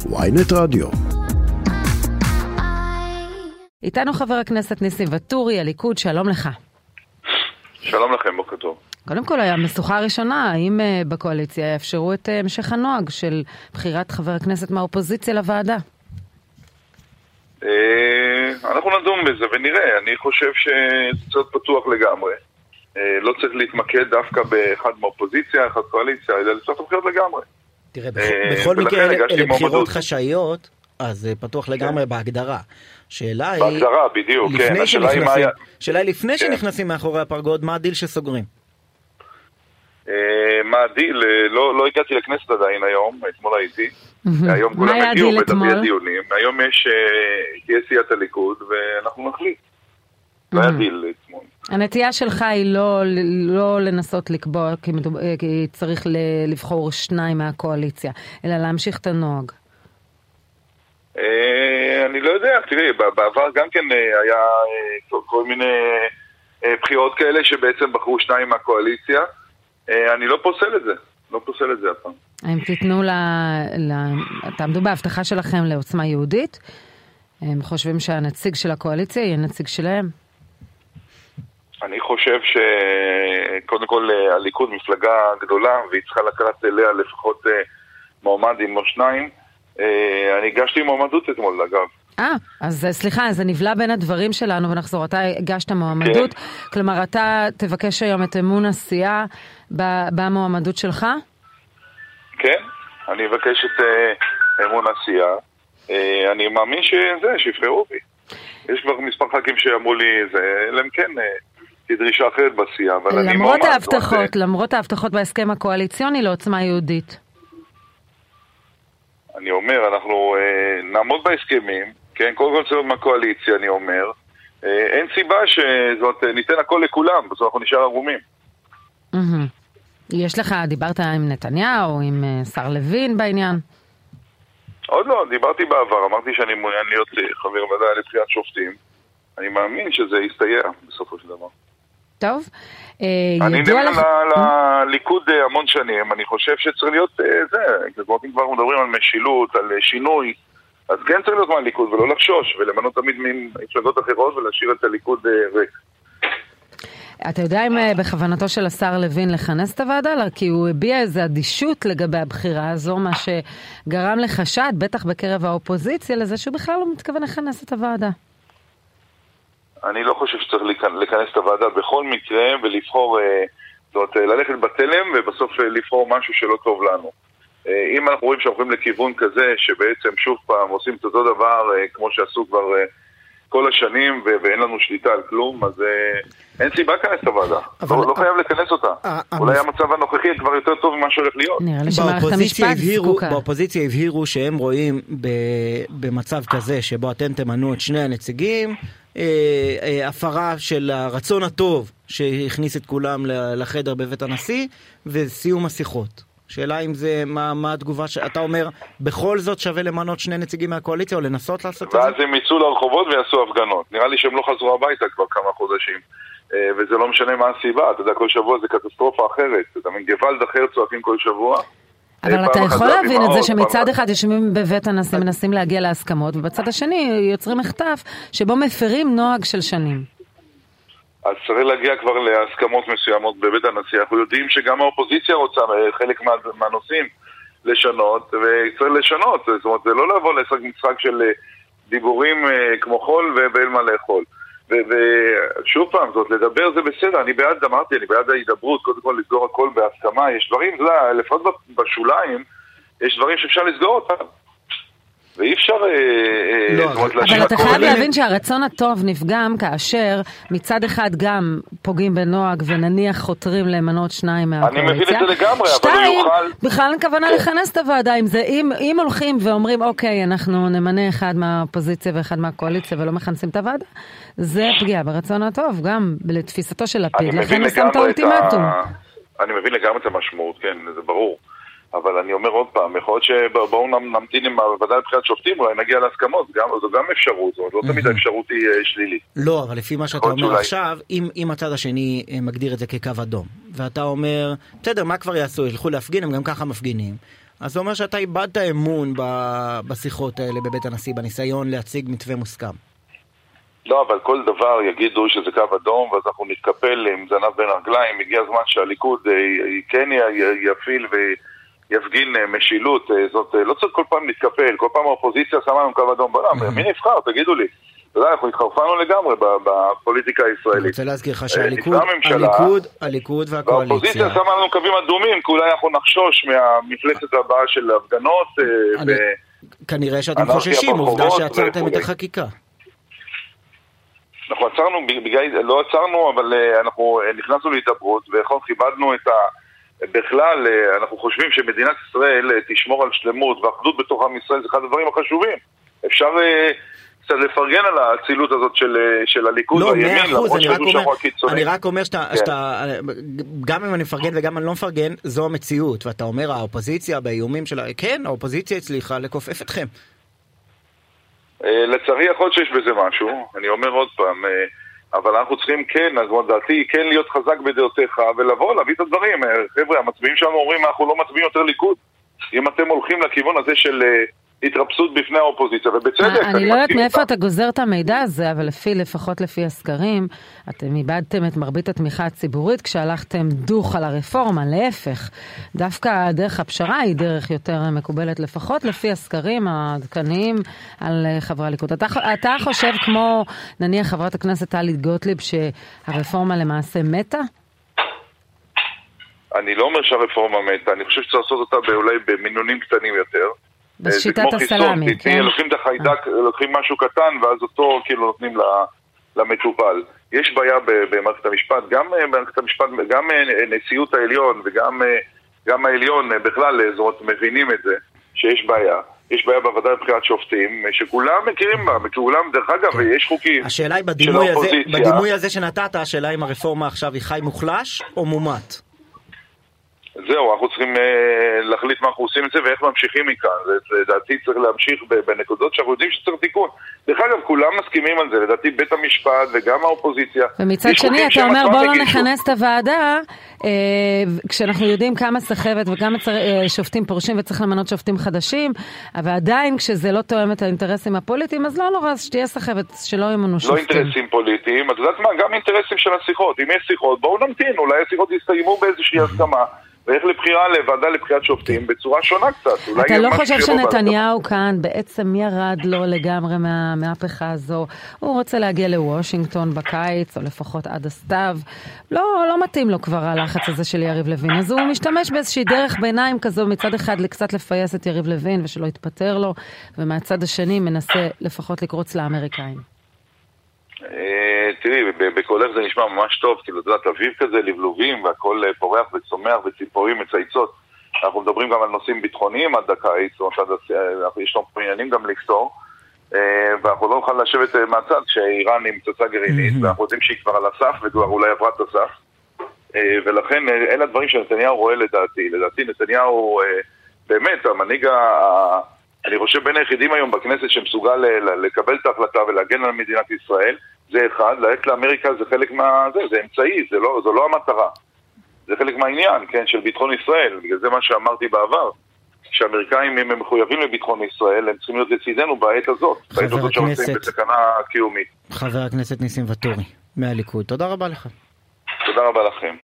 ynet רדיו. איתנו חבר הכנסת ניסים ואטורי, הליכוד, שלום לך. שלום לכם, בוקר טוב. קודם כל, המשוכה הראשונה, האם בקואליציה יאפשרו את המשך הנוהג של בחירת חבר הכנסת מהאופוזיציה לוועדה? אנחנו נדון בזה ונראה. אני חושב שזה צריך פתוח לגמרי. לא צריך להתמקד דווקא באחד מהאופוזיציה, אחד קואליציה, אלא צריך לבחירות לגמרי. תראה, בכל מקרה אלה בחירות חשאיות, אז פתוח לגמרי בהגדרה. שאלה היא... בהגדרה, בדיוק, כן. שאלה היא לפני שנכנסים מאחורי הפרגוד, מה הדיל שסוגרים? מה הדיל? לא הגעתי לכנסת עדיין היום, אתמול הייתי. היום כולם הגיעו בדפי דיונים. היום תהיה סיעת הליכוד ואנחנו נחליט. לא היה דיל אתמול. הנטייה שלך היא לא לנסות לקבוע, כי צריך לבחור שניים מהקואליציה, אלא להמשיך את הנוהג. אני לא יודע, תראי, בעבר גם כן היה כל מיני בחירות כאלה שבעצם בחרו שניים מהקואליציה. אני לא פוסל את זה, לא פוסל את זה אף פעם. האם תיתנו תעמדו בהבטחה שלכם לעוצמה יהודית? הם חושבים שהנציג של הקואליציה יהיה נציג שלהם? אני חושב שקודם כל הליכוד מפלגה גדולה והיא צריכה לקחת אליה לפחות מועמדים או שניים. אני הגשתי מועמדות אתמול, אגב. אז סליחה, זה נבלע בין הדברים שלנו ונחזור. אתה הגשת מועמדות, כן. כלומר אתה תבקש היום את אמון הסיעה במועמדות שלך? כן, אני אבקש את אמון הסיעה. אני מאמין שיבחרו בי. יש כבר מספר ח"כים שאמרו לי זה, להם כן דרישה אחרת בסיעה, אבל אני מועמד. למרות ההבטחות בהסכם הקואליציוני לעוצמה יהודית. אני אומר, אנחנו נעמוד בהסכמים, כן, קודם כל צריך מהקואליציה, אני אומר, אין סיבה שזאת ניתן הכל לכולם, בסוף אנחנו נשאר ערומים. יש לך, דיברת עם נתניהו, עם שר לוין בעניין? עוד לא, דיברתי בעבר, אמרתי שאני מעוניין להיות חבר ועדה לבחירת שופטים. אני מאמין שזה יסתייע בסופו של דבר. טוב. אני נראה לליכוד המון שנים, אני חושב שצריך להיות זה, אם כבר מדברים על משילות, על שינוי, אז כן צריך להיות מהליכוד ולא לחשוש, ולמנות תמיד ממפלגות אחרות ולהשאיר את הליכוד ריק. אתה יודע אם בכוונתו של השר לוין לכנס את הוועדה? כי הוא הביע איזו אדישות לגבי הבחירה הזו, מה שגרם לחשד, בטח בקרב האופוזיציה, לזה שהוא בכלל לא מתכוון לכנס את הוועדה. אני לא חושב שצריך לכנס את הוועדה בכל מקרה ולבחור, ללכת בתלם ובסוף לבחור משהו שלא טוב לנו. אם אנחנו רואים שאנחנו לכיוון כזה שבעצם שוב פעם עושים את אותו דבר כמו שעשו כבר כל השנים ואין לנו שליטה על כלום, אז אין סיבה לכנס את הוועדה. לא חייב לכנס אותה. אולי המצב הנוכחי כבר יותר טוב ממה שהולך להיות. באופוזיציה הבהירו שהם רואים במצב כזה שבו אתם תמנו את שני הנציגים, הפרה של הרצון הטוב שהכניס את כולם לחדר בבית הנשיא וסיום השיחות. שאלה אם זה, מה התגובה שאתה אומר, בכל זאת שווה למנות שני נציגים מהקואליציה או לנסות לעשות את זה? ואז הם יצאו לרחובות ויעשו הפגנות. נראה לי שהם לא חזרו הביתה כבר כמה חודשים. וזה לא משנה מה הסיבה. אתה יודע, כל שבוע זה קטסטרופה אחרת. אתה מבין, גוואלד אחר צועקים כל שבוע. אבל אתה יכול להבין את זה שמצד אחד יושבים בבית הנשיא, מנסים להגיע להסכמות, ובצד השני יוצרים מחטף שבו מפרים נוהג של שנים. אז צריך להגיע כבר להסכמות מסוימות בבית הנשיא. אנחנו יודעים שגם האופוזיציה רוצה חלק מהנושאים לשנות, וצריך לשנות. זאת אומרת, זה לא לבוא לשחק משחק של דיבורים כמו חול ואין מה לאכול. ושוב פעם, זאת לדבר זה בסדר. אני בעד ההידברות, קודם כל לסגור הכל בהסכמה. יש דברים, לפחות בשוליים, יש דברים שאפשר לסגור אותם. ואי אפשר... אבל אתה חייב להבין שהרצון הטוב נפגם כאשר מצד אחד גם פוגעים בנוהג ונניח חותרים למנות שניים מהקואליציה. אני מבין את זה לגמרי, אבל הוא יוכל... בכלל הכוונה לכנס את הוועדה עם זה. אם הולכים ואומרים, אוקיי, אנחנו נמנה אחד מהאופוזיציה ואחד מהקואליציה ולא מכנסים את הוועדה, זה פגיעה ברצון הטוב, גם לתפיסתו של לפיד. לכן הוא שם את האולטימטום. אני מבין לגמרי את המשמעות, כן, זה ברור. אבל אני אומר עוד פעם, יכול להיות שבואו נמתין עם הוועדה לבחירת שופטים, אולי נגיע להסכמות, זו גם אפשרות, זאת לא תמיד האפשרות היא שלילית. לא, אבל לפי מה שאתה אומר עכשיו, אם הצד השני מגדיר את זה כקו אדום, ואתה אומר, בסדר, מה כבר יעשו? ילכו להפגין, הם גם ככה מפגינים, אז זה אומר שאתה איבדת אמון בשיחות האלה בבית הנשיא, בניסיון להציג מתווה מוסכם. לא, אבל כל דבר יגידו שזה קו אדום, ואז אנחנו נתקפל עם זנב בין הרגליים. הגיע הזמן שהליכוד כן יפעיל ויפגין משילות. זאת לא צריך כל פעם להתקפל, כל פעם האופוזיציה שמה לנו קו אדום. מי נבחר? תגידו לי. אתה יודע, אנחנו התחרפנו לגמרי בפוליטיקה הישראלית. אני רוצה להזכיר לך שהליכוד והקואליציה. והאופוזיציה שמה לנו קווים אדומים, כי אולי אנחנו נחשוש מהמפלצת הבאה של הפגנות. כנראה שאתם חוששים, עובדה שעצרתם את החקיקה. אנחנו עצרנו, לא עצרנו, אבל אנחנו נכנסנו להתעברות, ויכול כיבדנו את בכלל, אנחנו חושבים שמדינת ישראל תשמור על שלמות ואחדות בתוך עם ישראל, זה אחד הדברים החשובים. אפשר קצת לפרגן על האצילות הזאת של הליכוד והימין, למרות שזו שחור הקיצוני. אני רק אומר שאתה, גם אם אני מפרגן וגם אם אני לא מפרגן, זו המציאות, ואתה אומר, האופוזיציה, באיומים שלה, כן, האופוזיציה הצליחה לכופף אתכם. לצערי יכול להיות שיש בזה משהו, אני אומר עוד פעם, אבל אנחנו צריכים כן, אז דעתי, כן להיות חזק בדעותיך ולבוא, להביא את הדברים. חבר'ה, המצביעים שלנו אומרים, אנחנו לא מצביעים יותר ליכוד. אם אתם הולכים לכיוון הזה של התרפסות בפני האופוזיציה, ובצדק. אני לא יודעת מאיפה אתה גוזר את המידע הזה, אבל לפחות לפי הסקרים, אתם איבדתם את מרבית התמיכה הציבורית כשהלכתם דוך על הרפורמה, להפך. דווקא דרך הפשרה היא דרך יותר מקובלת, לפחות לפי הסקרים העדכניים על חברי הליכוד. אתה חושב כמו, נניח חברת הכנסת טלי גוטליב, שהרפורמה למעשה מתה? אני לא אומר שהרפורמה מתה, אני חושב שצריך לעשות אותה אולי במינונים קטנים יותר. בשיטת הסלאמי, כן? לוקחים את החיידק, לוקחים משהו קטן, ואז אותו כאילו נותנים למטופל. יש בעיה במערכת המשפט, גם במערכת המשפט, גם נשיאות העליון וגם העליון בכלל, זאת אומרת, מבינים את זה, שיש בעיה. יש בעיה בוועדה לבחירת שופטים, שכולם מכירים בה, כולם, דרך אגב, יש חוקים. השאלה היא בדימוי הזה שנתת, השאלה אם הרפורמה עכשיו היא חי מוחלש או מומת? זהו, אנחנו צריכים להחליט מה אנחנו עושים את זה ואיך ממשיכים מכאן. לדעתי צריך להמשיך בנקודות שאנחנו יודעים שצריך תיקון. דרך אגב, כולם מסכימים על זה, לדעתי בית המשפט וגם האופוזיציה. ומצד שני, אתה אומר בוא לא נכנס את הוועדה, כשאנחנו יודעים כמה סחבת וכמה שופטים פורשים וצריך למנות שופטים חדשים, אבל עדיין כשזה לא תואם את האינטרסים הפוליטיים, אז לא נורא, שתהיה סחבת, שלא ימנו שופטים. לא אינטרסים פוליטיים, את יודעת מה, גם אינטרסים של השיחות. אם יש שיחות, בואו נמתין, אולי השיחות יסתיימו באיזושהי הסכמה. ואיך לבחירה לוועדה לבחירת שופטים בצורה שונה קצת. אתה לא חושב שנתניהו כאן בעצם ירד לו לגמרי מהמהפכה הזו? הוא רוצה להגיע לוושינגטון בקיץ, או לפחות עד הסתיו. לא מתאים לו כבר הלחץ הזה של יריב לוין. אז הוא משתמש באיזושהי דרך ביניים כזו, מצד אחד לקצת לפייס את יריב לוין ושלא יתפטר לו, ומהצד השני מנסה לפחות לקרוץ לאמריקאים. תראי, בקולך זה נשמע ממש טוב, כאילו, אתה יודעת, אביב כזה, לבלובים, והכל פורח וצומח וציפורים מצייצות. אנחנו מדברים גם על נושאים ביטחוניים עד הקיץ, זאת אומרת, יש לנו עניינים גם לפתור, ואנחנו לא נוכל לשבת מהצד כשאיראן עם פצצה גרעינית, ואנחנו יודעים שהיא כבר על הסף, וכבר אולי עברה את הסף, ולכן אלה הדברים שנתניהו רואה לדעתי. לדעתי נתניהו באמת, המנהיג אני חושב בין היחידים היום בכנסת שמסוגל לקבל את ההחלטה ולהגן על מדינת ישראל, זה אחד, לעת לאמריקה זה חלק זה אמצעי, זו לא המטרה. זה חלק מהעניין, כן, של ביטחון ישראל. בגלל זה מה שאמרתי בעבר, שהאמריקאים הם מחויבים לביטחון ישראל, הם צריכים להיות לצידנו בעת הזאת. בעת הזאת שעושים בסכנה קיומית. חבר הכנסת ניסים ואטורי, מהליכוד. תודה רבה לך. תודה רבה לכם.